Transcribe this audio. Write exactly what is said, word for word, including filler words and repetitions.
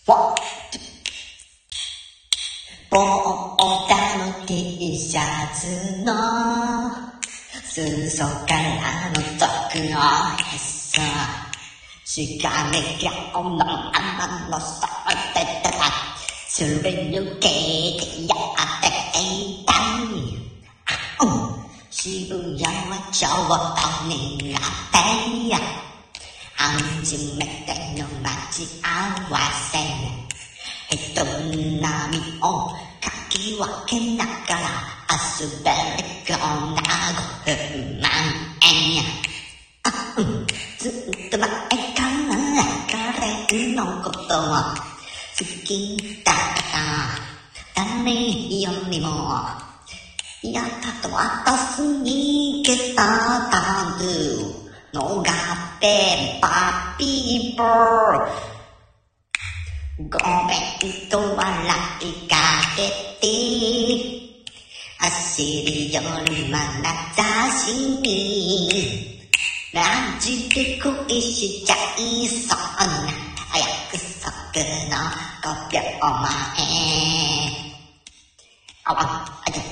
わボーダの T シャツの裾からのぞくのへそしがみがおのあのさってたたすり抜けてやっていたあうん渋谷はちょうどになってや初めての待ち合わせ人波をかき分けながら遊べるこんなごふんまんえんあ、うん、ずっと前から彼のことを好きだった誰よりもやったと私にけたタブーのがペーパーピーポーごめんと笑いかけて走り寄るまなざしにマジで恋しちゃいそうな約束のごびょうまえあわあ